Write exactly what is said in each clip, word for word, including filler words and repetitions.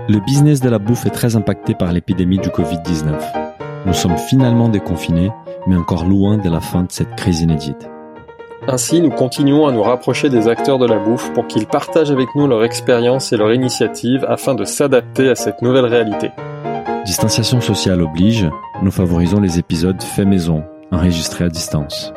Le business de la bouffe est très impacté par l'épidémie du covid dix-neuf. Nous sommes finalement déconfinés, mais encore loin de la fin de cette crise inédite. Ainsi, nous continuons à nous rapprocher des acteurs de la bouffe pour qu'ils partagent avec nous leur expérience et leur initiative afin de s'adapter à cette nouvelle réalité. Distanciation sociale oblige, nous favorisons les épisodes faits maison, enregistrés à distance.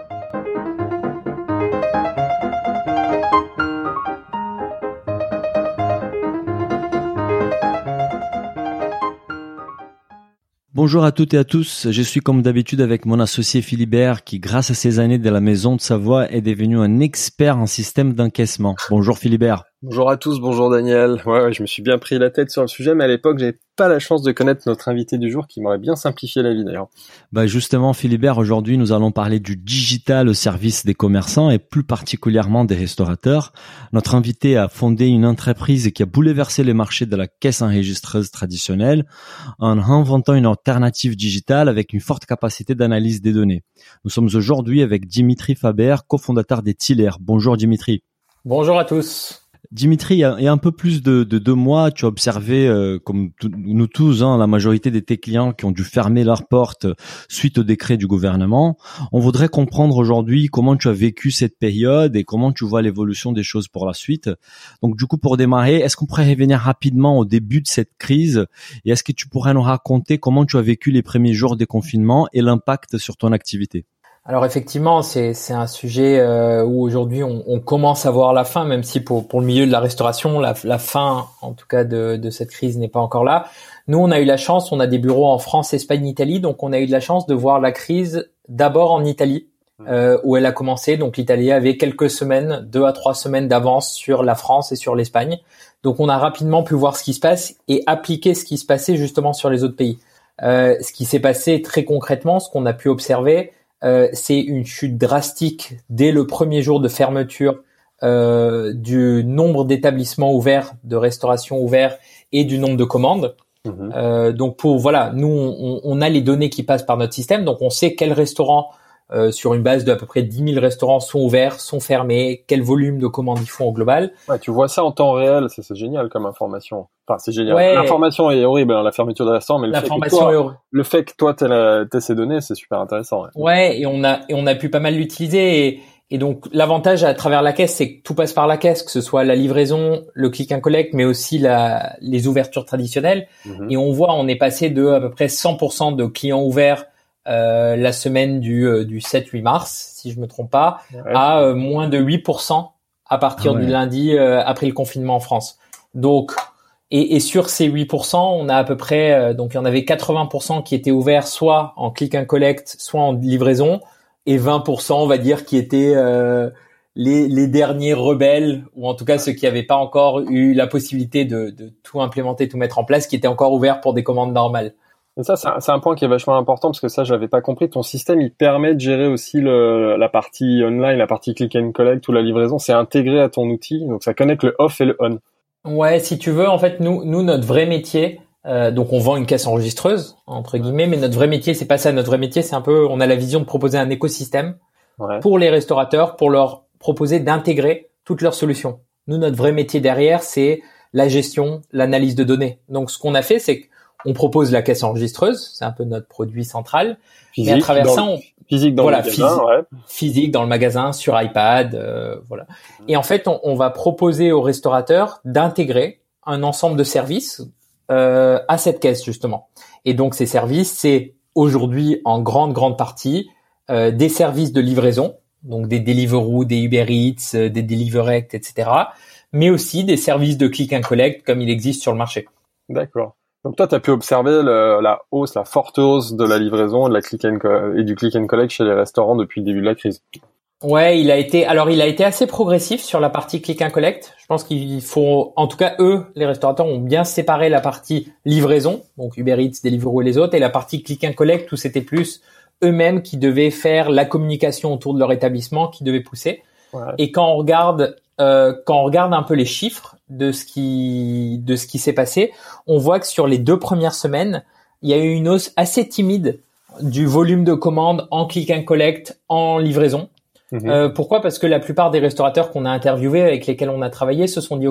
Bonjour à toutes et à tous, je suis comme d'habitude avec mon associé Philibert qui, grâce à ses années de la Maison de Savoie, est devenu un expert en système d'encaissement. Bonjour Philibert. Bonjour à tous, bonjour Daniel. Ouais, ouais, je me suis bien pris la tête sur le sujet, mais à l'époque, j'avais pas la chance de connaître notre invité du jour qui m'aurait bien simplifié la vie d'ailleurs. Bah justement Philibert, aujourd'hui nous allons parler du digital au service des commerçants et plus particulièrement des restaurateurs. Notre invité a fondé une entreprise qui a bouleversé les marchés de la caisse enregistreuse traditionnelle en inventant une alternative digitale avec une forte capacité d'analyse des données. Nous sommes aujourd'hui avec Dimitri Faber, cofondateur des Tiller. Bonjour Dimitri. Bonjour à tous. Dimitri, il y a un peu plus de, de deux mois, tu as observé, euh, comme t- nous tous, hein, la majorité de tes clients qui ont dû fermer leurs portes suite au décret du gouvernement. On voudrait comprendre aujourd'hui comment tu as vécu cette période et comment tu vois l'évolution des choses pour la suite. Donc du coup, pour démarrer, est-ce qu'on pourrait revenir rapidement au début de cette crise et est-ce que tu pourrais nous raconter comment tu as vécu les premiers jours des confinements et l'impact sur ton activité ? Alors effectivement, c'est c'est un sujet euh, où aujourd'hui on, on commence à voir la fin, même si pour pour le milieu de la restauration, la, la fin, en tout cas de de cette crise n'est pas encore là. Nous, on a eu la chance, on a des bureaux en France, Espagne, Italie, donc on a eu de la chance de voir la crise d'abord en Italie, euh, où elle a commencé. Donc l'Italie avait quelques semaines, deux à trois semaines d'avance sur la France et sur l'Espagne. Donc on a rapidement pu voir ce qui se passe et appliquer ce qui se passait justement sur les autres pays. Euh, ce qui s'est passé très concrètement, ce qu'on a pu observer. Euh, c'est une chute drastique dès le premier jour de fermeture euh, du nombre d'établissements ouverts, de restauration ouverts et du nombre de commandes. Mmh. Euh, donc pour voilà, nous on, on a les données qui passent par notre système, donc on sait quels restaurants euh, sur une base de à peu près dix mille restaurants sont ouverts, sont fermés, quel volume de commandes ils font au global. Ouais, tu vois ça en temps réel, c'est, c'est génial comme information. Enfin, c'est génial. Ouais. L'information est horrible, hein, la fermeture de restaurant, mais le fait, que toi, le fait que toi, t'aies, la, t'aies ces données, c'est super intéressant. Ouais. ouais, et on a, et on a pu pas mal l'utiliser. Et, et donc, l'avantage à travers la caisse, c'est que tout passe par la caisse, que ce soit la livraison, le click and collect, mais aussi la, les ouvertures traditionnelles. Mm-hmm. Et on voit, on est passé de à peu près cent pour cent de clients ouverts euh, la semaine du, euh, du sept huit mars, si je me trompe pas, ouais. à euh, moins de huit pour cent à partir ah ouais. du lundi euh, après le confinement en France. Donc, Et, et sur ces huit pour cent, on a à peu près, euh, donc il y en avait quatre-vingts pour cent qui étaient ouverts soit en click and collect, soit en livraison, et vingt pour cent, on va dire, qui étaient euh, les, les derniers rebelles, ou en tout cas ceux qui n'avaient pas encore eu la possibilité de, de tout implémenter, tout mettre en place, qui étaient encore ouverts pour des commandes normales. Et ça, c'est un, c'est un point qui est vachement important parce que ça, je l'avais pas compris. Ton système, il permet de gérer aussi le, la partie online, la partie click and collect ou la livraison. C'est intégré à ton outil, donc ça connecte le off et le on. Ouais, si tu veux, en fait, nous, nous, notre vrai métier, euh, donc on vend une caisse enregistreuse entre guillemets, mais notre vrai métier, c'est pas ça. Notre vrai métier, c'est un peu, on a la vision de proposer un écosystème ouais. pour les restaurateurs, pour leur proposer d'intégrer toutes leurs solutions. Nous, notre vrai métier derrière, c'est la gestion, l'analyse de données. Donc, ce qu'on a fait, c'est qu'on propose la caisse enregistreuse, c'est un peu notre produit central. Physique, mais à travers ça, le, on physique dans voilà, le magasin, physique, ouais. physique dans le magasin, sur iPad, euh, voilà. Et en fait, on, on va proposer aux restaurateurs d'intégrer un ensemble de services euh, à cette caisse justement. Et donc ces services, c'est aujourd'hui en grande grande partie euh, des services de livraison, donc des Deliveroo, des Uber Eats, euh, des Deliverect, et cetera. Mais aussi des services de click and collect comme il existe sur le marché. D'accord. Donc toi, tu as pu observer le, la hausse, la forte hausse de la livraison et, de la click and co- et du click and collect chez les restaurants depuis le début de la crise. Ouais, il a été, alors il a été assez progressif sur la partie click and collect. Je pense qu'il faut, en tout cas eux, les restaurateurs ont bien séparé la partie livraison, donc Uber Eats, Deliveroo et les autres, et la partie click and collect où c'était plus eux-mêmes qui devaient faire la communication autour de leur établissement, qui devaient pousser. Ouais. Et quand on regarde, euh, quand on regarde un peu les chiffres de ce qui, de ce qui s'est passé, on voit que sur les deux premières semaines, il y a eu une hausse assez timide du volume de commandes en click and collect, en livraison. Mmh. Euh, pourquoi ? Parce que la plupart des restaurateurs qu'on a interviewés, avec lesquels on a travaillé, se sont dit, OK,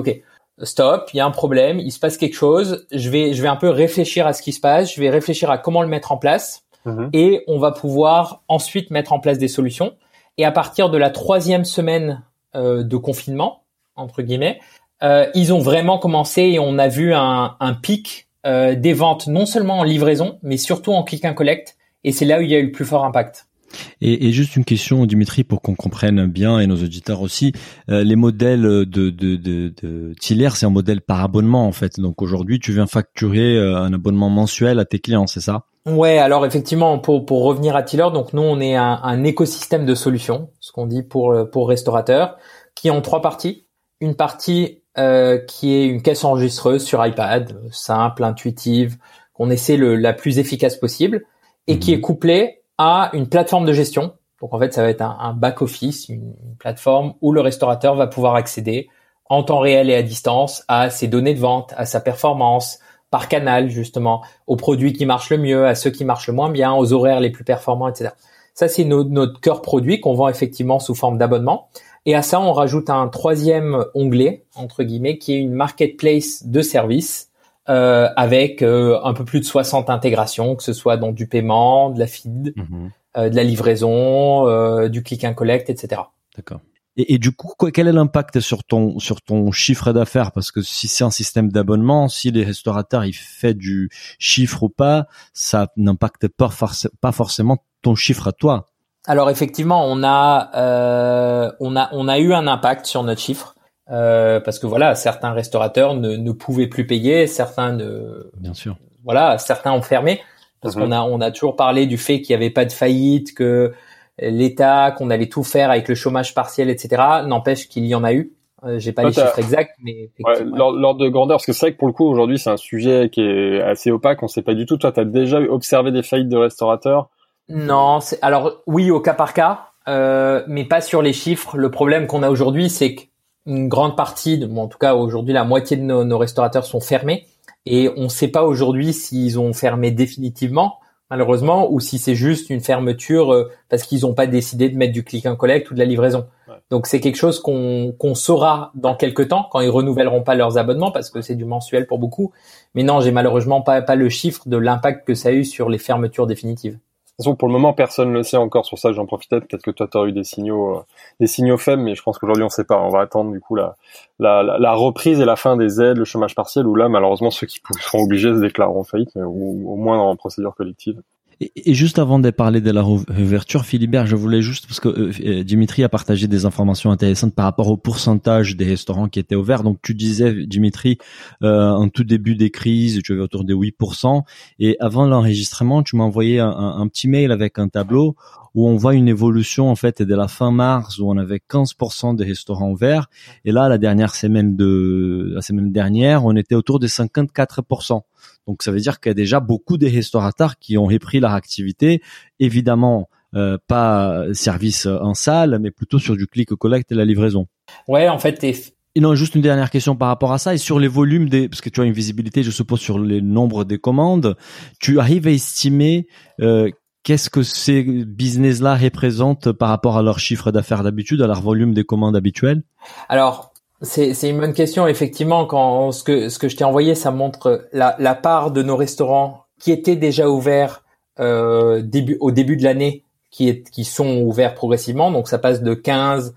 stop, il y a un problème, il se passe quelque chose, je vais je vais un peu réfléchir à ce qui se passe, je vais réfléchir à comment le mettre en place mmh. et on va pouvoir ensuite mettre en place des solutions. Et à partir de la troisième semaine euh, de confinement, entre guillemets, euh, ils ont vraiment commencé et on a vu un, un pic euh, des ventes non seulement en livraison, mais surtout en click and collect. Et c'est là où il y a eu le plus fort impact. Et, et juste une question, Dimitri, pour qu'on comprenne bien et nos auditeurs aussi, euh, les modèles de de de, de Tiller, c'est un modèle par abonnement en fait. Donc aujourd'hui, tu viens facturer un abonnement mensuel à tes clients, c'est ça? Ouais, alors effectivement, pour pour revenir à Tiller, donc nous on est un, un écosystème de solutions, ce qu'on dit pour pour restaurateurs, qui est en trois parties. Une partie euh, qui est une caisse enregistreuse sur iPad, simple, intuitive, qu'on essaie le la plus efficace possible, et mmh. qui est couplée à une plateforme de gestion. Donc en fait, ça va être un, un back-office, une, une plateforme où le restaurateur va pouvoir accéder en temps réel et à distance à ses données de vente, à sa performance, par canal justement, aux produits qui marchent le mieux, à ceux qui marchent le moins bien, aux horaires les plus performants, et cetera. Ça, c'est no, notre cœur produit qu'on vend effectivement sous forme d'abonnement. Et à ça, on rajoute un troisième onglet, entre guillemets, qui est une marketplace de services Euh, avec euh, un peu plus de soixante intégrations, que ce soit dans du paiement, de la feed, mmh. euh, de la livraison, euh, du click and collect, et cetera. D'accord. Et, et du coup, quoi, quel est l'impact sur ton sur ton chiffre d'affaires? Parce que si c'est un système d'abonnement, si les restaurateurs ils font du chiffre ou pas, ça n'impacte pas, forc- pas forcément ton chiffre à toi. Alors effectivement, on a euh, on a on a eu un impact sur notre chiffre. Euh, parce que voilà, certains restaurateurs ne, ne pouvaient plus payer, certains ne, bien sûr, voilà, certains ont fermé parce mmh. qu'on a on a toujours parlé du fait qu'il y avait pas de faillite, que l'État, qu'on allait tout faire avec le chômage partiel, et cetera. N'empêche qu'il y en a eu. Euh, j'ai pas ouais, les chiffres exacts, mais ouais, l'ordre de grandeur, parce que c'est vrai que pour le coup aujourd'hui c'est un sujet qui est assez opaque, on sait pas du tout. Toi, t'as déjà observé des faillites de restaurateurs? Non, c'est, alors oui, au cas par cas, euh, mais pas sur les chiffres. Le problème qu'on a aujourd'hui, c'est que une grande partie, de, bon, en tout cas aujourd'hui la moitié de nos, nos restaurateurs sont fermés et on ne sait pas aujourd'hui s'ils ont fermé définitivement malheureusement ou si c'est juste une fermeture euh, parce qu'ils n'ont pas décidé de mettre du click and collect ou de la livraison. Ouais. Donc c'est quelque chose qu'on, qu'on saura dans quelques temps quand ils renouvelleront pas leurs abonnements parce que c'est du mensuel pour beaucoup. Mais non, j'ai malheureusement pas, pas le chiffre de l'impact que ça a eu sur les fermetures définitives. De toute façon, pour le moment, personne ne le sait encore. Sur ça, j'en profitais. Peut-être que toi, tu as eu des signaux, euh, des signaux faibles, mais je pense qu'aujourd'hui, on ne sait pas. On va attendre du coup la, la, la, la reprise et la fin des aides, le chômage partiel, où là, malheureusement, ceux qui seront obligés se déclareront faillite, mais, ou au moins en procédure collective. Et, et juste avant de parler de la réouverture, Philibert, je voulais juste, parce que euh, Dimitri a partagé des informations intéressantes par rapport au pourcentage des restaurants qui étaient ouverts. Donc tu disais, Dimitri, euh, en tout début des crises, tu avais autour de huit pour cent. Et avant l'enregistrement, tu m'as envoyé un, un, un petit mail avec un tableau où on voit une évolution en fait dès la fin mars où on avait quinze pour cent des restaurants ouverts. Et là, la dernière semaine de la semaine dernière, on était autour de cinquante-quatre pour cent. Donc ça veut dire qu'il y a déjà beaucoup de restaurateurs qui ont repris leur activité, évidemment euh, pas service en salle, mais plutôt sur du click collect et la livraison. Ouais, en fait, t'es... Et non, juste une dernière question par rapport à ça et sur les volumes des, parce que tu as une visibilité, je suppose, sur les nombres des commandes. Tu arrives à estimer euh, qu'est-ce que ces business-là représentent par rapport à leur chiffre d'affaires d'habitude, à leur volume des commandes habituelles? Alors. C'est, c'est une bonne question. Effectivement, quand ce que ce que je t'ai envoyé, ça montre la, la part de nos restaurants qui étaient déjà ouverts euh, début au début de l'année, qui est qui sont ouverts progressivement. Donc ça passe de quinze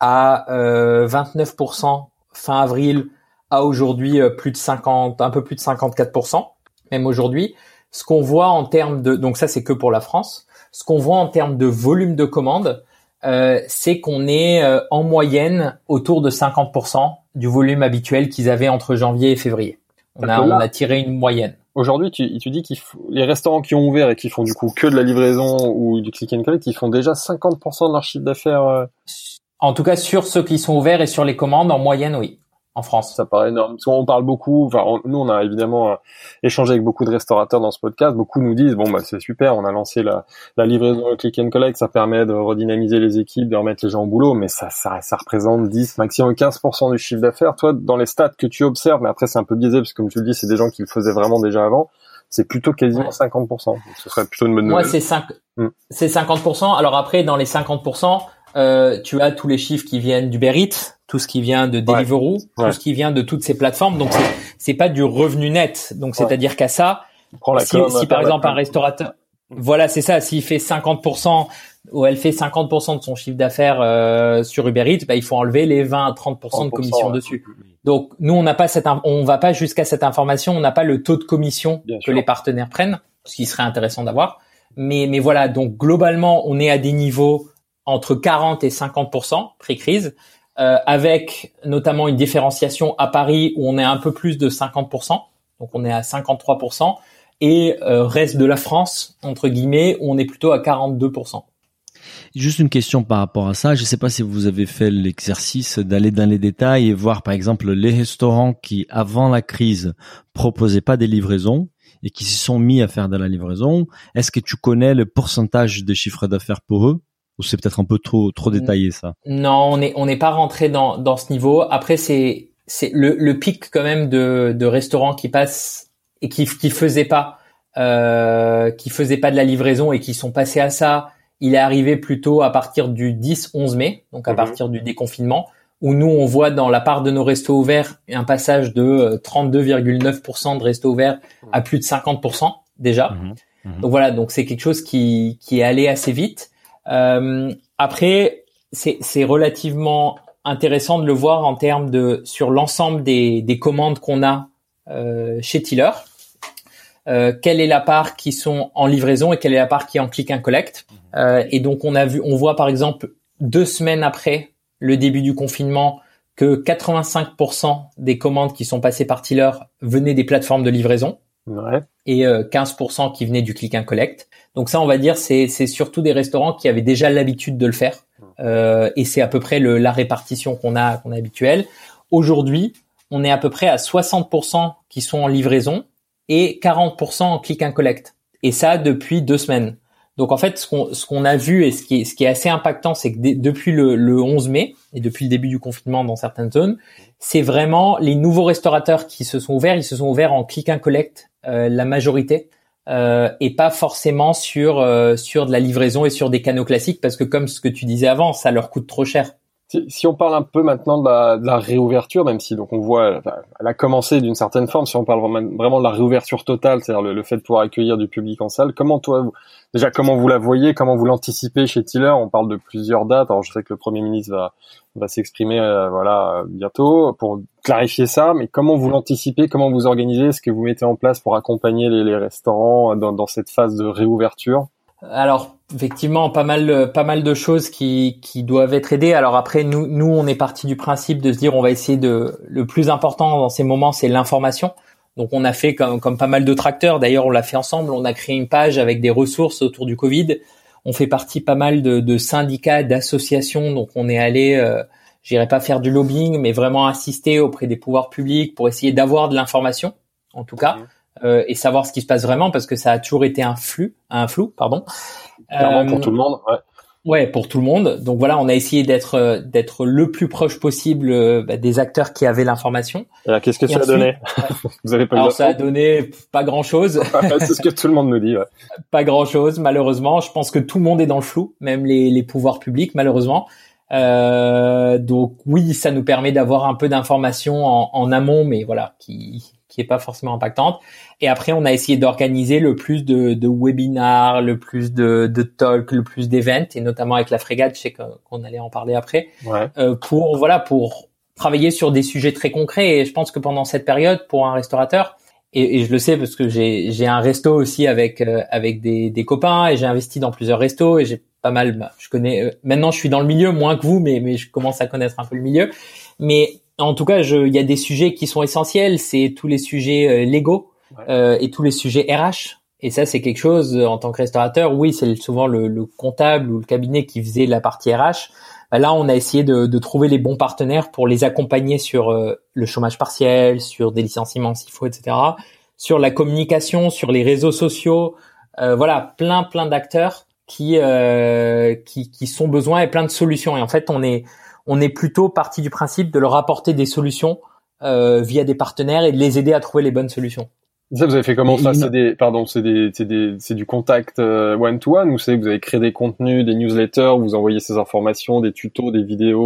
à euh, vingt-neuf pour cent fin avril à aujourd'hui euh, plus de cinquante, un peu plus de cinquante-quatre pour cent même aujourd'hui. Ce qu'on voit en termes de, donc ça c'est que pour la France. Ce qu'on voit en termes de volume de commandes. Euh, c'est qu'on est euh, en moyenne autour de cinquante pour cent du volume habituel qu'ils avaient entre janvier et février. On a, on a tiré une moyenne. Aujourd'hui, tu, tu dis que les restaurants qui ont ouvert et qui font du coup que de la livraison ou du click and collect, ils font déjà cinquante pour cent de leur chiffre d'affaires. Euh... En tout cas, sur ceux qui sont ouverts et sur les commandes, en moyenne, oui. En France. Ça paraît énorme. Parce qu'on parle beaucoup, enfin, on, nous, on a évidemment euh, échangé avec beaucoup de restaurateurs dans ce podcast. Beaucoup nous disent, bon, bah, c'est super, on a lancé la, la livraison le click and collect, ça permet de redynamiser les équipes, de remettre les gens au boulot, mais ça, ça, ça représente dix, maximum quinze pour cent du chiffre d'affaires. Toi, dans les stats que tu observes, mais après, c'est un peu biaisé, parce que comme tu le dis, c'est des gens qui le faisaient vraiment déjà avant, c'est plutôt quasiment ouais. cinquante pour cent. Donc, ce serait plutôt une bonne nouvelle. Moi, c'est cinq, hmm. c'est cinquante pour cent. Alors après, dans les cinquante pour cent, euh, tu as tous les chiffres qui viennent d'Uber Eats, tout ce qui vient de Deliveroo, ouais. tout ouais. ce qui vient de toutes ces plateformes. Donc c'est c'est pas du revenu net. Donc ouais. c'est-à-dire qu'à ça, si, com, si par exemple un restaurateur, voilà, c'est ça, s'il fait cinquante pour cent ou elle fait cinquante pour cent de son chiffre d'affaires euh, sur Uber Eats, bah, il faut enlever les vingt à trente pour cent de commission ouais. dessus. Donc nous on n'a pas cette, on va pas jusqu'à cette information, on n'a pas le taux de commission Bien que sûr. Les partenaires prennent, ce qui serait intéressant d'avoir. Mais mais voilà, donc globalement on est à des niveaux entre quarante et cinquante pour cent pré-crise, euh, avec notamment une différenciation à Paris où on est un peu plus de cinquante pour cent, donc on est à cinquante-trois pour cent, et euh, reste de la France entre guillemets où on est plutôt à quarante-deux pour cent. Juste une question par rapport à ça. Je ne sais pas si vous avez fait l'exercice d'aller dans les détails et voir, par exemple, les restaurants qui, avant la crise, proposaient pas des livraisons et qui se sont mis à faire de la livraison. Est-ce que tu connais le pourcentage de chiffre d'affaires pour eux? Ou c'est peut-être un peu trop, trop détaillé, ça? Non, on est, on n'est pas rentré dans, dans ce niveau. Après, c'est, c'est le, le pic quand même de, de restaurants qui passent et qui, qui faisaient pas, euh, qui faisaient pas de la livraison et qui sont passés à ça. Il est arrivé plutôt à partir du dix onze mai, donc à mmh. partir du déconfinement, où nous, on voit dans la part de nos restos ouverts un passage de trente-deux virgule neuf pour cent de restos ouverts à plus de cinquante pour cent déjà. Mmh. Mmh. Donc voilà, donc c'est quelque chose qui, qui est allé assez vite. Euh, après, c'est, c'est relativement intéressant de le voir en termes de sur l'ensemble des, des commandes qu'on a euh, chez Tiller. Euh, quelle est la part qui sont en livraison et quelle est la part qui est en click and collect. Euh, et donc on a vu, on voit par exemple deux semaines après le début du confinement que quatre-vingt-cinq pour cent des commandes qui sont passées par Tiller venaient des plateformes de livraison ouais. et euh, quinze pour cent qui venaient du click and collect. Donc ça, on va dire, c'est, c'est surtout des restaurants qui avaient déjà l'habitude de le faire euh, et c'est à peu près le, la répartition qu'on a, qu'on a habituelle. Aujourd'hui, on est à peu près à soixante pour cent qui sont en livraison et quarante pour cent en click and collect. Et ça, depuis deux semaines. Donc, en fait, ce qu'on, ce qu'on a vu et ce qui est, ce qui est assez impactant, c'est que d- depuis le, le onze mai et depuis le début du confinement dans certaines zones, c'est vraiment les nouveaux restaurateurs qui se sont ouverts, ils se sont ouverts en click and collect, euh, la majorité, euh, et pas forcément sur, euh, sur de la livraison et sur des canaux classiques parce que comme ce que tu disais avant, ça leur coûte trop cher. Si, si on parle un peu maintenant de la, de la réouverture, même si donc on voit, enfin, elle a commencé d'une certaine forme, si on parle vraiment de la réouverture totale, c'est-à-dire le, le fait de pouvoir accueillir du public en salle, comment toi, vous, déjà comment vous la voyez, comment vous l'anticipez chez Tiller? On parle de plusieurs dates, alors je sais que le Premier ministre va, va s'exprimer euh, voilà bientôt pour clarifier ça, mais comment vous l'anticipez, comment vous organisez, ce que vous mettez en place pour accompagner les, les restaurants dans, dans cette phase de réouverture? Alors effectivement, pas mal, pas mal de choses qui, qui doivent être aidées. Alors après, nous, nous, on est parti du principe de se dire, on va essayer de, le plus important dans ces moments, c'est l'information. Donc on a fait comme, comme pas mal d'autres acteurs. D'ailleurs, on l'a fait ensemble. On a créé une page avec des ressources autour du Covid. On fait partie pas mal de, de syndicats, d'associations. Donc on est allé, euh, j'irai pas faire du lobbying, mais vraiment assister auprès des pouvoirs publics pour essayer d'avoir de l'information, en tout cas. Mmh. Euh, et savoir ce qui se passe vraiment parce que ça a toujours été un flou, un flou, pardon. Clairement euh, pour tout le monde, ouais. Ouais, pour tout le monde. Donc voilà, on a essayé d'être d'être le plus proche possible euh, bah, des acteurs qui avaient l'information. Et là, qu'est-ce que et ça ensuite, a donné? Vous avez pas Alors ça a donné pas grand-chose. C'est ce que tout le monde nous dit. Ouais. Pas grand-chose, malheureusement. Je pense que tout le monde est dans le flou, même les les pouvoirs publics, malheureusement. Euh, donc oui, ça nous permet d'avoir un peu d'informations en, en amont, mais voilà, qui qui est pas forcément impactante. Et après, on a essayé d'organiser le plus de, de webinars, le plus de, de talks, le plus d'events, et notamment avec la Frégate, je sais qu'on allait en parler après, ouais. euh, pour voilà, pour travailler sur des sujets très concrets. Et je pense que pendant cette période, pour un restaurateur, et, et je le sais parce que j'ai j'ai un resto aussi avec euh, avec des des copains et j'ai investi dans plusieurs restos et j'ai pas mal. Bah, je connais euh, maintenant, je suis dans le milieu moins que vous, mais mais je commence à connaître un peu le milieu, mais en tout cas, je, il y a des sujets qui sont essentiels, c'est tous les sujets euh, légaux ouais. euh, et tous les sujets R H. Et ça, c'est quelque chose, en tant que restaurateur, oui, c'est souvent le, le comptable ou le cabinet qui faisait la partie R H. Bah là, on a essayé de, de trouver les bons partenaires pour les accompagner sur euh, le chômage partiel, sur des licenciements s'il faut, et cetera, sur la communication, sur les réseaux sociaux. Euh, voilà, plein, plein d'acteurs qui, euh, qui, qui sont besoin et plein de solutions. Et en fait, on est... on est plutôt parti du principe de leur apporter des solutions euh, via des partenaires et de les aider à trouver les bonnes solutions. Ça, vous avez fait comment ça? C'est des, pardon, c'est des, c'est des, c'est du contact one to one ou c'est que vous avez créé des contenus, des newsletters, où vous envoyez ces informations, des tutos, des vidéos?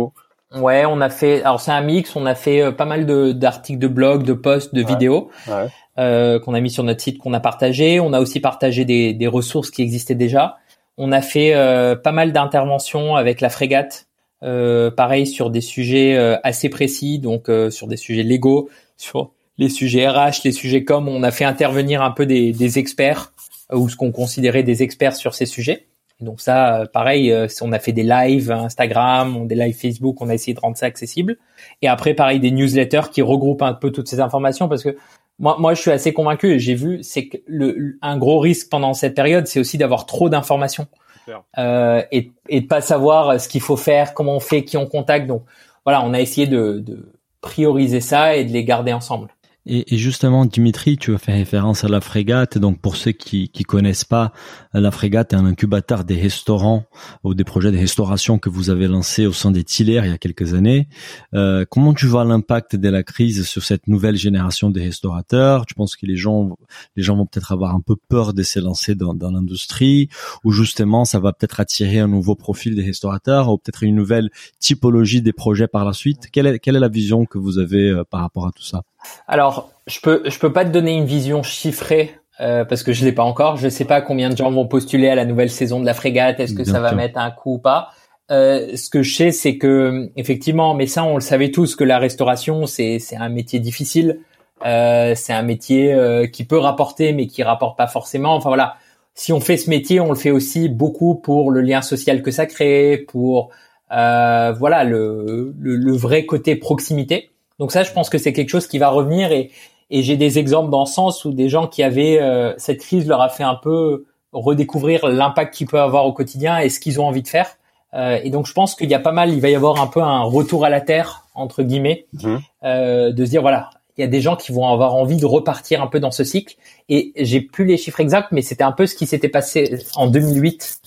Ouais, on a fait. Alors c'est un mix. On a fait euh, pas mal de d'articles de blog, de posts, de ouais. vidéos ouais. Euh, qu'on a mis sur notre site, qu'on a partagé. On a aussi partagé des des ressources qui existaient déjà. On a fait euh, pas mal d'interventions avec la Frégate, euh, pareil sur des sujets euh, assez précis, donc euh, sur des sujets légaux, sur les sujets R H, les sujets com. On a fait intervenir un peu des, des experts euh, ou ce qu'on considérait des experts sur ces sujets. Et donc ça, euh, pareil, euh, on a fait des lives Instagram, des lives Facebook, on a essayé de rendre ça accessible. Et après, pareil, des newsletters qui regroupent un peu toutes ces informations parce que Moi, moi, je suis assez convaincu et j'ai vu, c'est que le, un gros risque pendant cette période, c'est aussi d'avoir trop d'informations euh, et, et de pas savoir ce qu'il faut faire, comment on fait, qui on contacte. Donc, voilà, on a essayé de, de prioriser ça et de les garder ensemble. Et, et justement, Dimitri, tu as fait référence à la Frégate. Donc, pour ceux qui qui connaissent pas, la Frégate est un incubateur des restaurants ou des projets de restauration que vous avez lancé au sein des Tillaires il y a quelques années. Euh, comment tu vois l'impact de la crise sur cette nouvelle génération de restaurateurs? Tu penses que les gens, les gens vont peut-être avoir un peu peur de se lancer dans, dans l'industrie, ou justement, ça va peut-être attirer un nouveau profil des restaurateurs, ou peut-être une nouvelle typologie des projets par la suite? Quelle est, quelle est la vision que vous avez euh, par rapport à tout ça? Alors, je peux je peux pas te donner une vision chiffrée euh, parce que je l'ai pas encore. Je sais pas combien de gens vont postuler à la nouvelle saison de la Frégate. Est-ce que Bien ça va sûr. mettre un coup ou pas? Euh, ce que je sais, c'est que effectivement, mais ça, on le savait tous, que la restauration, c'est c'est un métier difficile. Euh, c'est un métier euh, qui peut rapporter, mais qui rapporte pas forcément. Enfin voilà, si on fait ce métier, on le fait aussi beaucoup pour le lien social que ça crée, pour euh, voilà le, le le vrai côté proximité. Donc ça, je pense que c'est quelque chose qui va revenir et, et j'ai des exemples dans ce sens où des gens qui avaient euh, cette crise leur a fait un peu redécouvrir l'impact qu'il peut avoir au quotidien et ce qu'ils ont envie de faire. Euh, et donc je pense qu'il y a pas mal, il va y avoir un peu un retour à la terre entre guillemets, mmh. euh, de se dire voilà, il y a des gens qui vont avoir envie de repartir un peu dans ce cycle. Et j'ai plus les chiffres exacts, mais c'était un peu ce qui s'était passé en deux mille huit.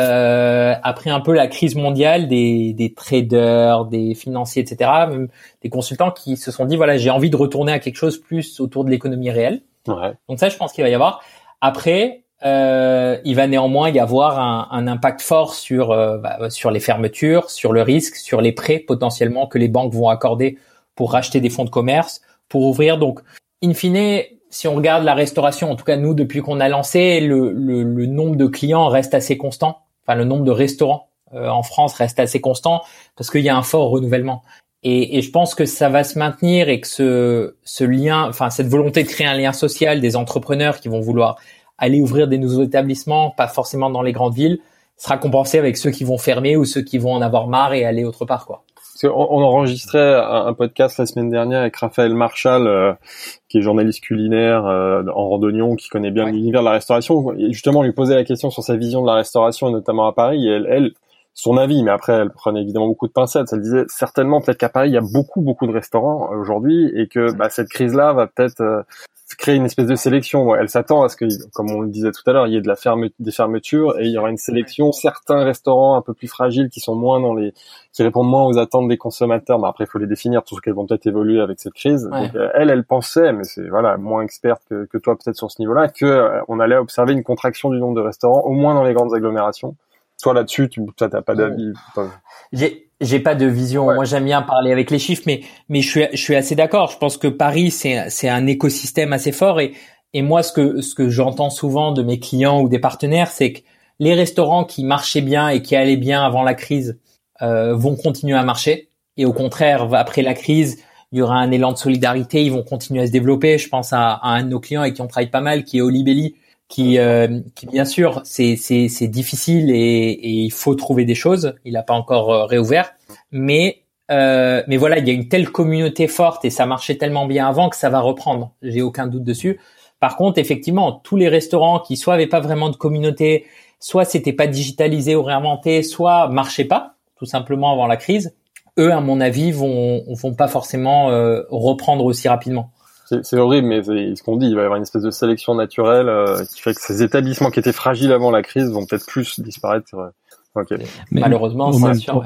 Euh, après un peu la crise mondiale, des, des traders, des financiers, et cetera, même des consultants qui se sont dit voilà, j'ai envie de retourner à quelque chose plus autour de l'économie réelle. Ouais. Donc ça, je pense qu'il va y avoir. Après, euh, il va néanmoins y avoir un, un impact fort sur euh, bah, sur les fermetures, sur le risque, sur les prêts potentiellement que les banques vont accorder pour racheter des fonds de commerce, pour ouvrir. Donc, in fine, si on regarde la restauration, en tout cas nous, depuis qu'on a lancé, le, le, le nombre de clients reste assez constant. Enfin, le nombre de restaurants euh, en France reste assez constant parce qu'il y a un fort renouvellement. Et, et je pense que ça va se maintenir et que ce, ce lien, enfin cette volonté de créer un lien social des entrepreneurs qui vont vouloir aller ouvrir des nouveaux établissements, pas forcément dans les grandes villes, sera compensé avec ceux qui vont fermer ou ceux qui vont en avoir marre et aller autre part, quoi. Parce qu'on on enregistrait un, un podcast la semaine dernière avec Raphaël Marchal, euh, qui est journaliste culinaire euh, en Randonnion, qui connaît bien ouais. l'univers de la restauration. Et justement, on lui posait la question sur sa vision de la restauration, et notamment à Paris. Et elle, elle, son avis, mais après, elle prenait évidemment beaucoup de pincettes. Elle disait certainement peut-être qu'à Paris, il y a beaucoup, beaucoup de restaurants aujourd'hui, et que bah, cette crise-là va peut-être euh, créer une espèce de sélection. Elle s'attend à ce que, comme on le disait tout à l'heure, il y ait de la ferme, des fermetures et il y aura une sélection. Certains restaurants un peu plus fragiles qui sont moins dans les, qui répondent moins aux attentes des consommateurs. Mais après, il faut les définir, tout ce qu'elles vont peut-être évoluer avec cette crise. Ouais. Donc, elle, elle pensait, mais c'est voilà moins experte que, que toi peut-être sur ce niveau-là, que euh, on allait observer une contraction du nombre de restaurants, au moins dans les grandes agglomérations. Toi là-dessus, tu toi t'as pas d'avis. J'ai j'ai pas de vision. Ouais. Moi, j'aime bien parler avec les chiffres, mais mais je suis je suis assez d'accord. Je pense que Paris c'est c'est un écosystème assez fort et et moi ce que ce que j'entends souvent de mes clients ou des partenaires, c'est que les restaurants qui marchaient bien et qui allaient bien avant la crise euh, vont continuer à marcher et au contraire après la crise il y aura un élan de solidarité, ils vont continuer à se développer. Je pense à, à un de nos clients avec qui on travaille pas mal, qui est Olibelli, qui, euh, qui bien sûr, c'est, c'est, c'est difficile et, et il faut trouver des choses. Il n'a pas encore euh, réouvert, mais euh, mais voilà, il y a une telle communauté forte et ça marchait tellement bien avant que ça va reprendre. J'ai aucun doute dessus. Par contre, effectivement, tous les restaurants qui soit avaient pas vraiment de communauté, soit c'était pas digitalisé ou réinventé, soit marchaient pas, tout simplement avant la crise. Eux, à mon avis, vont vont pas forcément euh, reprendre aussi rapidement. C'est, c'est horrible, mais c'est ce qu'on dit. Il va y avoir une espèce de sélection naturelle euh, qui fait que ces établissements qui étaient fragiles avant la crise vont peut-être plus disparaître. Euh, okay. Mais malheureusement, c'est sûr. Ouais.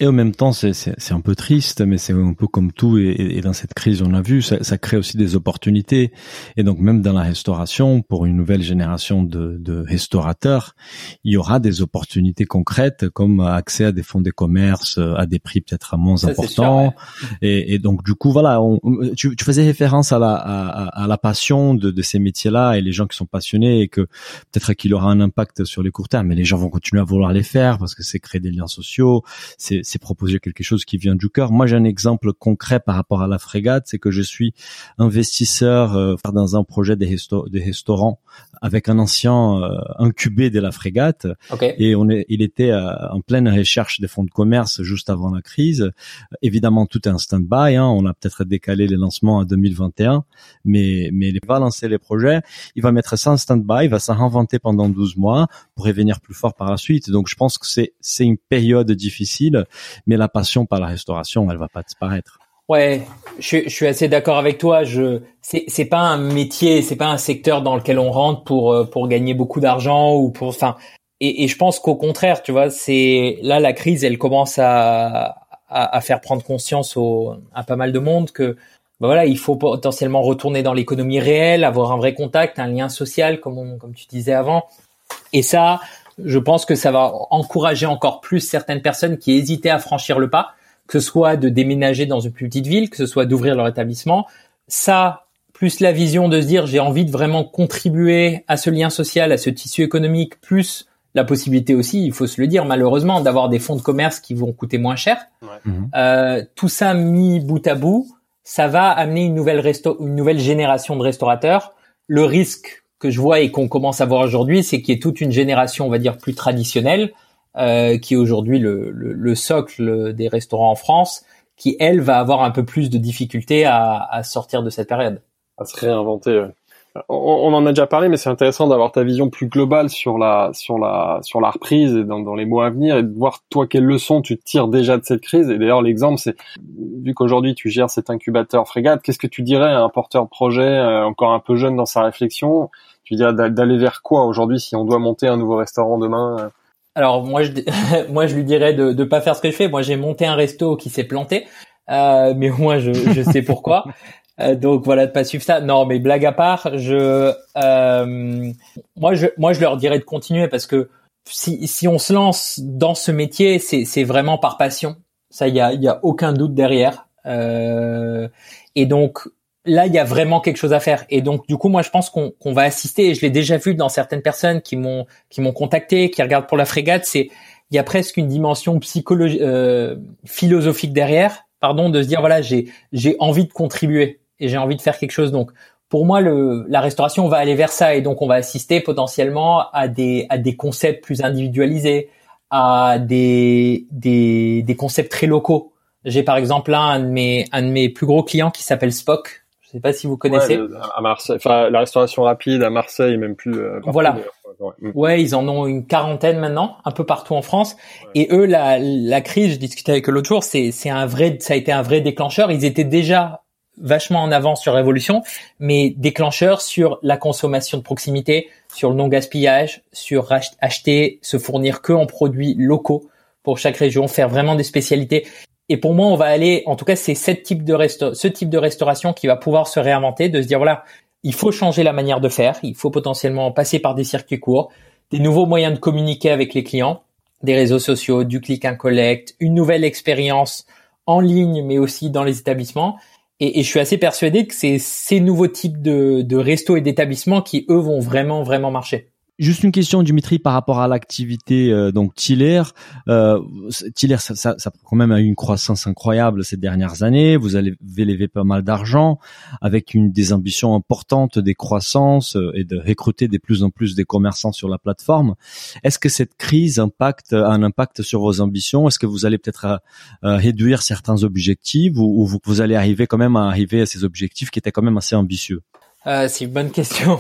Et en même temps, c'est, c'est, c'est un peu triste, mais c'est un peu comme tout. Et, et dans cette crise, on a vu, ça, ça crée aussi des opportunités. Et donc, même dans la restauration, pour une nouvelle génération de, de restaurateurs, il y aura des opportunités concrètes, comme accès à des fonds de commerce à des prix peut-être moins ça, importants. Sûr, ouais. et, et donc, du coup, voilà, on, tu, tu faisais référence à la, à, à la passion de, de ces métiers-là et les gens qui sont passionnés, et que peut-être qu'il aura un impact sur les courts termes, mais les gens vont continuer à vouloir les faire parce que c'est créer des liens sociaux, c'est c'est proposer quelque chose qui vient du cœur. Moi, j'ai un exemple concret par rapport à la Frégate, c'est que je suis investisseur euh, dans un projet des, resto- des restaurants avec un ancien euh, incubé de la Frégate. Okay. Et on est, il était euh, en pleine recherche des fonds de commerce juste avant la crise. Évidemment, tout est en stand-by. Hein. On a peut-être décalé les lancements à deux mille vingt et un, mais mais il va lancer les projets. Il va mettre ça en stand-by, il va s'en réinventer pendant douze mois pour revenir plus fort par la suite. Donc, je pense que c'est c'est une période difficile, mais la passion par la restauration, elle va pas disparaître. Ouais, je, je suis assez d'accord avec toi. Je, c'est, c'est pas un métier, c'est pas un secteur dans lequel on rentre pour pour gagner beaucoup d'argent ou pour, enfin, et, et je pense qu'au contraire, tu vois, c'est là la crise, elle commence à à, à faire prendre conscience au, à pas mal de monde que, ben voilà, il faut potentiellement retourner dans l'économie réelle, avoir un vrai contact, un lien social, comme on, comme tu disais avant, et ça. Je pense que ça va encourager encore plus certaines personnes qui hésitaient à franchir le pas, que ce soit de déménager dans une plus petite ville, que ce soit d'ouvrir leur établissement. Ça, plus la vision de se dire j'ai envie de vraiment contribuer à ce lien social, à ce tissu économique, plus la possibilité aussi, il faut se le dire malheureusement, d'avoir des fonds de commerce qui vont coûter moins cher. Ouais. Euh, tout ça mis bout à bout, ça va amener une nouvelle resto- une nouvelle génération de restaurateurs. Le risque que je vois et qu'on commence à voir aujourd'hui, c'est qu'il y ait toute une génération, on va dire, plus traditionnelle, euh, qui est aujourd'hui le, le, le socle des restaurants en France, qui, elle, va avoir un peu plus de difficultés à, à sortir de cette période. À se réinventer. On, on en a déjà parlé, mais c'est intéressant d'avoir ta vision plus globale sur la sur la sur la reprise et dans, dans les mois à venir, et de voir toi quelles leçons tu tires déjà de cette crise. Et d'ailleurs, l'exemple, c'est vu qu'aujourd'hui tu gères cet incubateur Frégate, qu'est-ce que tu dirais à un porteur de projet euh, encore un peu jeune dans sa réflexion? Tu dirais d'aller vers quoi aujourd'hui si on doit monter un nouveau restaurant demain? Alors moi, je moi je lui dirais de de pas faire ce que je fais. Moi, j'ai monté un resto qui s'est planté, euh, mais moi je je sais pourquoi. Euh, donc voilà, de pas suivre ça. Non, mais blague à part, je euh, moi je moi je leur dirais de continuer, parce que si si on se lance dans ce métier, c'est c'est vraiment par passion. Ça, il y a il y a aucun doute derrière. Euh, et donc là, il y a vraiment quelque chose à faire. Et donc, du coup, moi, je pense qu'on, qu'on va assister, et je l'ai déjà vu dans certaines personnes qui m'ont, qui m'ont contacté, qui regardent pour la Frégate, c'est, il y a presque une dimension psychologique, euh, philosophique derrière, pardon, de se dire, voilà, j'ai, j'ai envie de contribuer et j'ai envie de faire quelque chose. Donc, pour moi, le, la restauration va aller vers ça, et donc on va assister potentiellement à des, à des concepts plus individualisés, à des, des, des concepts très locaux. J'ai par exemple là un de mes, un de mes plus gros clients qui s'appelle Spock. Je sais pas si vous connaissez. Ouais, à Marseille, enfin la restauration rapide à Marseille, même plus. Euh, partout, voilà. Ouais. ouais, ils en ont une quarantaine maintenant, un peu partout en France. Ouais. Et eux, la, la crise, je discutais avec eux l'autre jour, c'est, c'est un vrai, ça a été un vrai déclencheur. Ils étaient déjà vachement en avance sur Révolution, mais déclencheur sur la consommation de proximité, sur le non gaspillage, sur ach- acheter, se fournir que en produits locaux pour chaque région, faire vraiment des spécialités. Et pour moi, on va aller, en tout cas, c'est ce type de resto, ce type de restauration qui va pouvoir se réinventer, de se dire, voilà, il faut changer la manière de faire, il faut potentiellement passer par des circuits courts, des nouveaux moyens de communiquer avec les clients, des réseaux sociaux, du click and collect, une nouvelle expérience en ligne, mais aussi dans les établissements. Et, et je suis assez persuadé que c'est ces nouveaux types de, de restos et d'établissements qui, eux, vont vraiment, vraiment marcher. Juste une question, Dimitri, par rapport à l'activité euh, donc Tiller. Euh, Tiller, ça, ça, ça quand même a eu une croissance incroyable ces dernières années. Vous avez levé pas mal d'argent, avec une des ambitions importantes des croissances et de recruter de plus en plus des commerçants sur la plateforme. Est-ce que cette crise impacte a un impact sur vos ambitions? Est-ce que vous allez peut-être euh, réduire certains objectifs, ou, ou vous, vous allez arriver quand même à arriver à ces objectifs qui étaient quand même assez ambitieux? Euh, c'est une bonne question.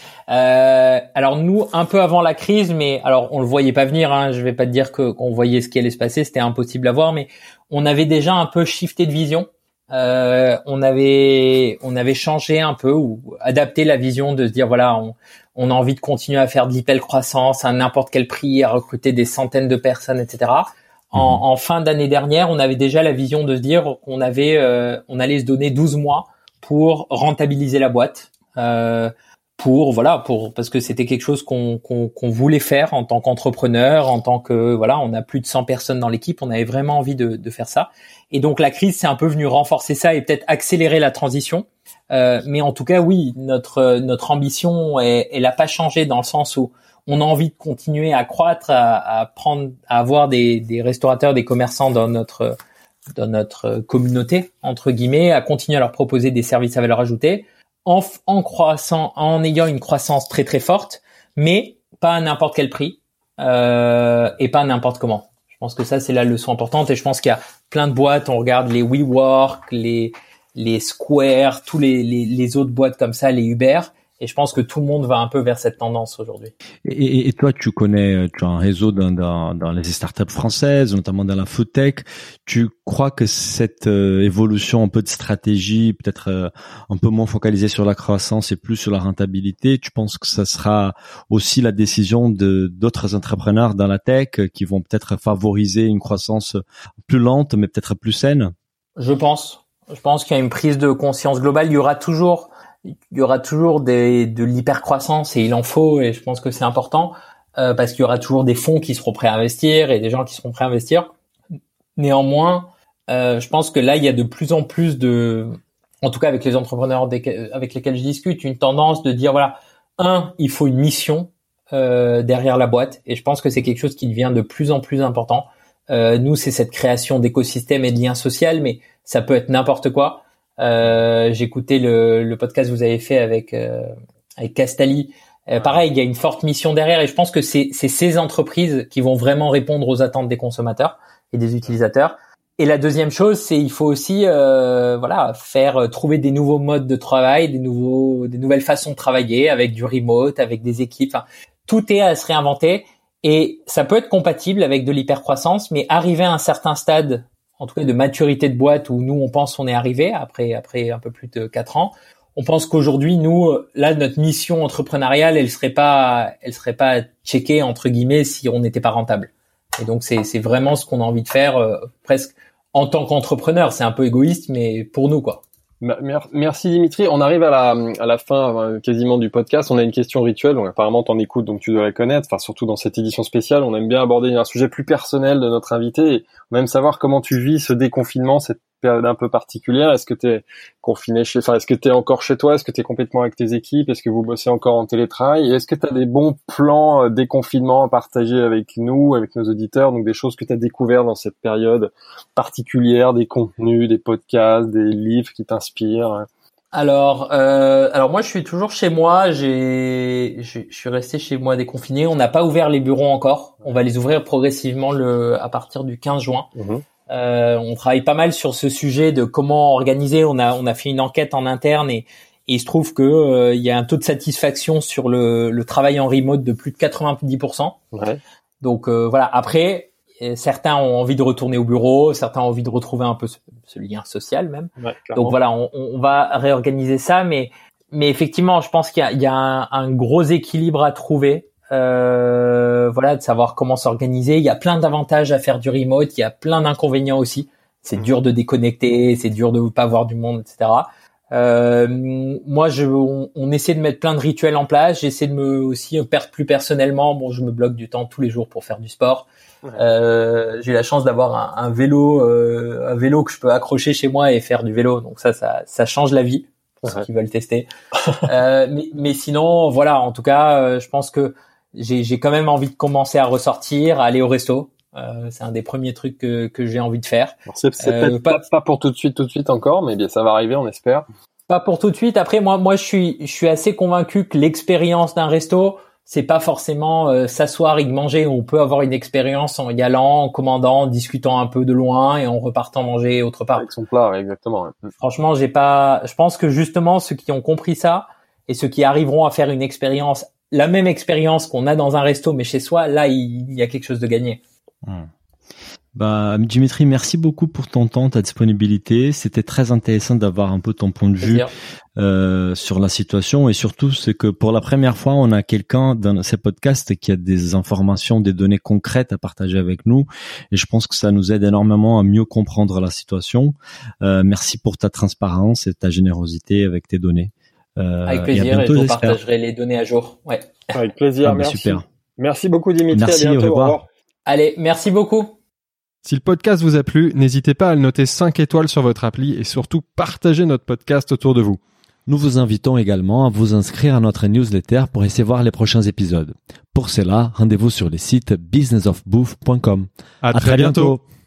Euh, alors nous, un peu avant la crise, mais alors on le voyait pas venir. Hein, je vais pas te dire que qu'on voyait ce qui allait se passer, c'était impossible à voir, mais on avait déjà un peu shifté de vision. Euh, on avait on avait changé un peu ou adapté la vision de se dire voilà, on, on a envie de continuer à faire de l'hyper croissance à n'importe quel prix, à recruter des centaines de personnes, et cetera. En, mmh. en fin d'année dernière, on avait déjà la vision de se dire qu'on avait, euh, on allait se donner douze mois pour rentabiliser la boîte, euh, pour voilà, pour parce que c'était quelque chose qu'on, qu'on, qu'on voulait faire en tant qu'entrepreneur, en tant que voilà, on a plus de cent personnes dans l'équipe, on avait vraiment envie de, de faire ça. Et donc la crise, c'est un peu venu renforcer ça et peut-être accélérer la transition. Euh, mais en tout cas, oui, notre notre ambition, elle, elle a pas changé dans le sens où on a envie de continuer à croître, à, à prendre, à avoir des, des restaurateurs, des commerçants dans notre dans notre communauté entre guillemets, à continuer à leur proposer des services à valeur ajoutée, en, en croissant, en ayant une croissance très très forte, mais pas à n'importe quel prix euh, et pas n'importe comment. Je pense que ça c'est la leçon importante et je pense qu'il y a plein de boîtes. On regarde les WeWork, les les Square, tous les, les les autres boîtes comme ça, les Uber. Et je pense que tout le monde va un peu vers cette tendance aujourd'hui. Et, et toi, tu connais, tu as un réseau dans, dans, dans les startups françaises, notamment dans la food tech. Tu crois que cette euh, évolution un peu de stratégie, peut-être euh, un peu moins focalisée sur la croissance et plus sur la rentabilité, tu penses que ça sera aussi la décision de d'autres entrepreneurs dans la tech qui vont peut-être favoriser une croissance plus lente, mais peut-être plus saine? Je pense. Je pense qu'il y a une prise de conscience globale. Il y aura toujours il y aura toujours des, de l'hypercroissance et il en faut et je pense que c'est important euh, parce qu'il y aura toujours des fonds qui seront prêts à investir et des gens qui seront prêts à investir. Néanmoins, euh, je pense que là, il y a de plus en plus de, en tout cas avec les entrepreneurs des, avec lesquels je discute, une tendance de dire voilà, un, il faut une mission euh, derrière la boîte et je pense que c'est quelque chose qui devient de plus en plus important. Euh, nous, c'est cette création d'écosystèmes et de liens sociaux, mais ça peut être n'importe quoi. Euh, j'ai écouté le, le podcast que vous avez fait avec euh, avec Castali. Euh, pareil, il y a une forte mission derrière et je pense que c'est c'est ces entreprises qui vont vraiment répondre aux attentes des consommateurs et des utilisateurs. Et la deuxième chose, c'est il faut aussi euh, voilà faire trouver des nouveaux modes de travail, des nouveaux des nouvelles façons de travailler avec du remote, avec des équipes. Enfin, tout est à se réinventer et ça peut être compatible avec de l'hypercroissance, mais arriver à un certain stade, en tout cas de maturité de boîte où nous on pense qu'on est arrivé après après un peu plus de quatre ans. On pense qu'aujourd'hui nous là notre mission entrepreneuriale elle serait pas elle serait pas checkée entre guillemets si on n'était pas rentable. Et donc c'est c'est vraiment ce qu'on a envie de faire euh, presque en tant qu'entrepreneur. C'est un peu égoïste mais pour nous quoi. Merci Dimitri. On arrive à la à la fin quasiment du podcast. On a une question rituelle. Donc apparemment t'en écoutes, donc tu dois la connaître. Enfin surtout dans cette édition spéciale, on aime bien aborder un sujet plus personnel de notre invité. Et on aime savoir comment tu vis ce déconfinement, cette période un peu particulière. Est-ce que t'es confiné chez, enfin est-ce que t'es encore chez toi? Est-ce que t'es complètement avec tes équipes? Est-ce que vous bossez encore en télétravail? Et est-ce que t'as des bons plans euh, déconfinement à partager avec nous, avec nos auditeurs? Donc des choses que t'as découvert dans cette période particulière, des contenus, des podcasts, des livres qui t'inspirent? Alors, euh, alors moi je suis toujours chez moi. J'ai, je, je suis resté chez moi déconfiné. On n'a pas ouvert les bureaux encore. On va les ouvrir progressivement le à partir du quinze juin. Mmh. Euh, on travaille pas mal sur ce sujet de comment organiser. On a on a fait une enquête en interne et, et il se trouve que euh, il y a un taux de satisfaction sur le, le travail en remote de plus de quatre-vingt-dix pour cent. Ouais. Donc euh, voilà. Après, certains ont envie de retourner au bureau, certains ont envie de retrouver un peu ce, ce lien social même. Ouais, donc voilà, on, on va réorganiser ça, mais mais effectivement, je pense qu'il y a, il y a un, un gros équilibre à trouver. Euh, voilà, de savoir comment s'organiser. Il y a plein d'avantages à faire du remote, il y a plein d'inconvénients aussi. C'est mmh. dur de déconnecter, c'est dur de pas voir du monde, et cetera. Euh, moi, je, on, on essaie de mettre plein de rituels en place. J'essaie de me aussi perdre plus personnellement. Bon, je me bloque du temps tous les jours pour faire du sport. Ouais. Euh, j'ai la chance d'avoir un, un vélo, euh, un vélo que je peux accrocher chez moi et faire du vélo. Donc ça, ça, ça change la vie pour ouais. ceux qui veulent tester. euh, mais, mais sinon, voilà. En tout cas, euh, je pense que j'ai, j'ai quand même envie de commencer à ressortir, à aller au resto. Euh, c'est un des premiers trucs que, que j'ai envie de faire. Alors c'est c'est euh, peut-être pas, pas pour tout de suite, tout de suite encore, mais bien ça va arriver, on espère. Pas pour tout de suite. Après, moi, moi, je suis, je suis assez convaincu que l'expérience d'un resto, c'est pas forcément euh, s'asseoir et manger. On peut avoir une expérience en y allant, en commandant, en discutant un peu de loin et en repartant manger autre part. Avec son plat, ouais, exactement. Ouais. Franchement, j'ai pas. Je pense que justement, ceux qui ont compris ça et ceux qui arriveront à faire une expérience, la même expérience qu'on a dans un resto, mais chez soi, là, il, il y a quelque chose de gagné. Mmh. Bah, Dimitri, merci beaucoup pour ton temps, ta disponibilité. C'était très intéressant d'avoir un peu ton point de vue euh, sur la situation, et surtout c'est que pour la première fois, on a quelqu'un dans ces podcasts qui a des informations, des données concrètes à partager avec nous, et je pense que ça nous aide énormément à mieux comprendre la situation. Euh, merci pour ta transparence et ta générosité avec tes données. Euh, avec plaisir, et, bientôt, et je vous partagerai les données à jour. Ouais. Avec plaisir, ah, merci. Super. Merci beaucoup Dimitri, merci, à bientôt. Au revoir. Au revoir. Allez, merci beaucoup. Si le podcast vous a plu, n'hésitez pas à le noter cinq étoiles sur votre appli et surtout partagez notre podcast autour de vous. Nous vous invitons également à vous inscrire à notre newsletter pour essayer voir les prochains épisodes. Pour cela, rendez-vous sur le site business of bouffe point com. À, à très, très bientôt. bientôt.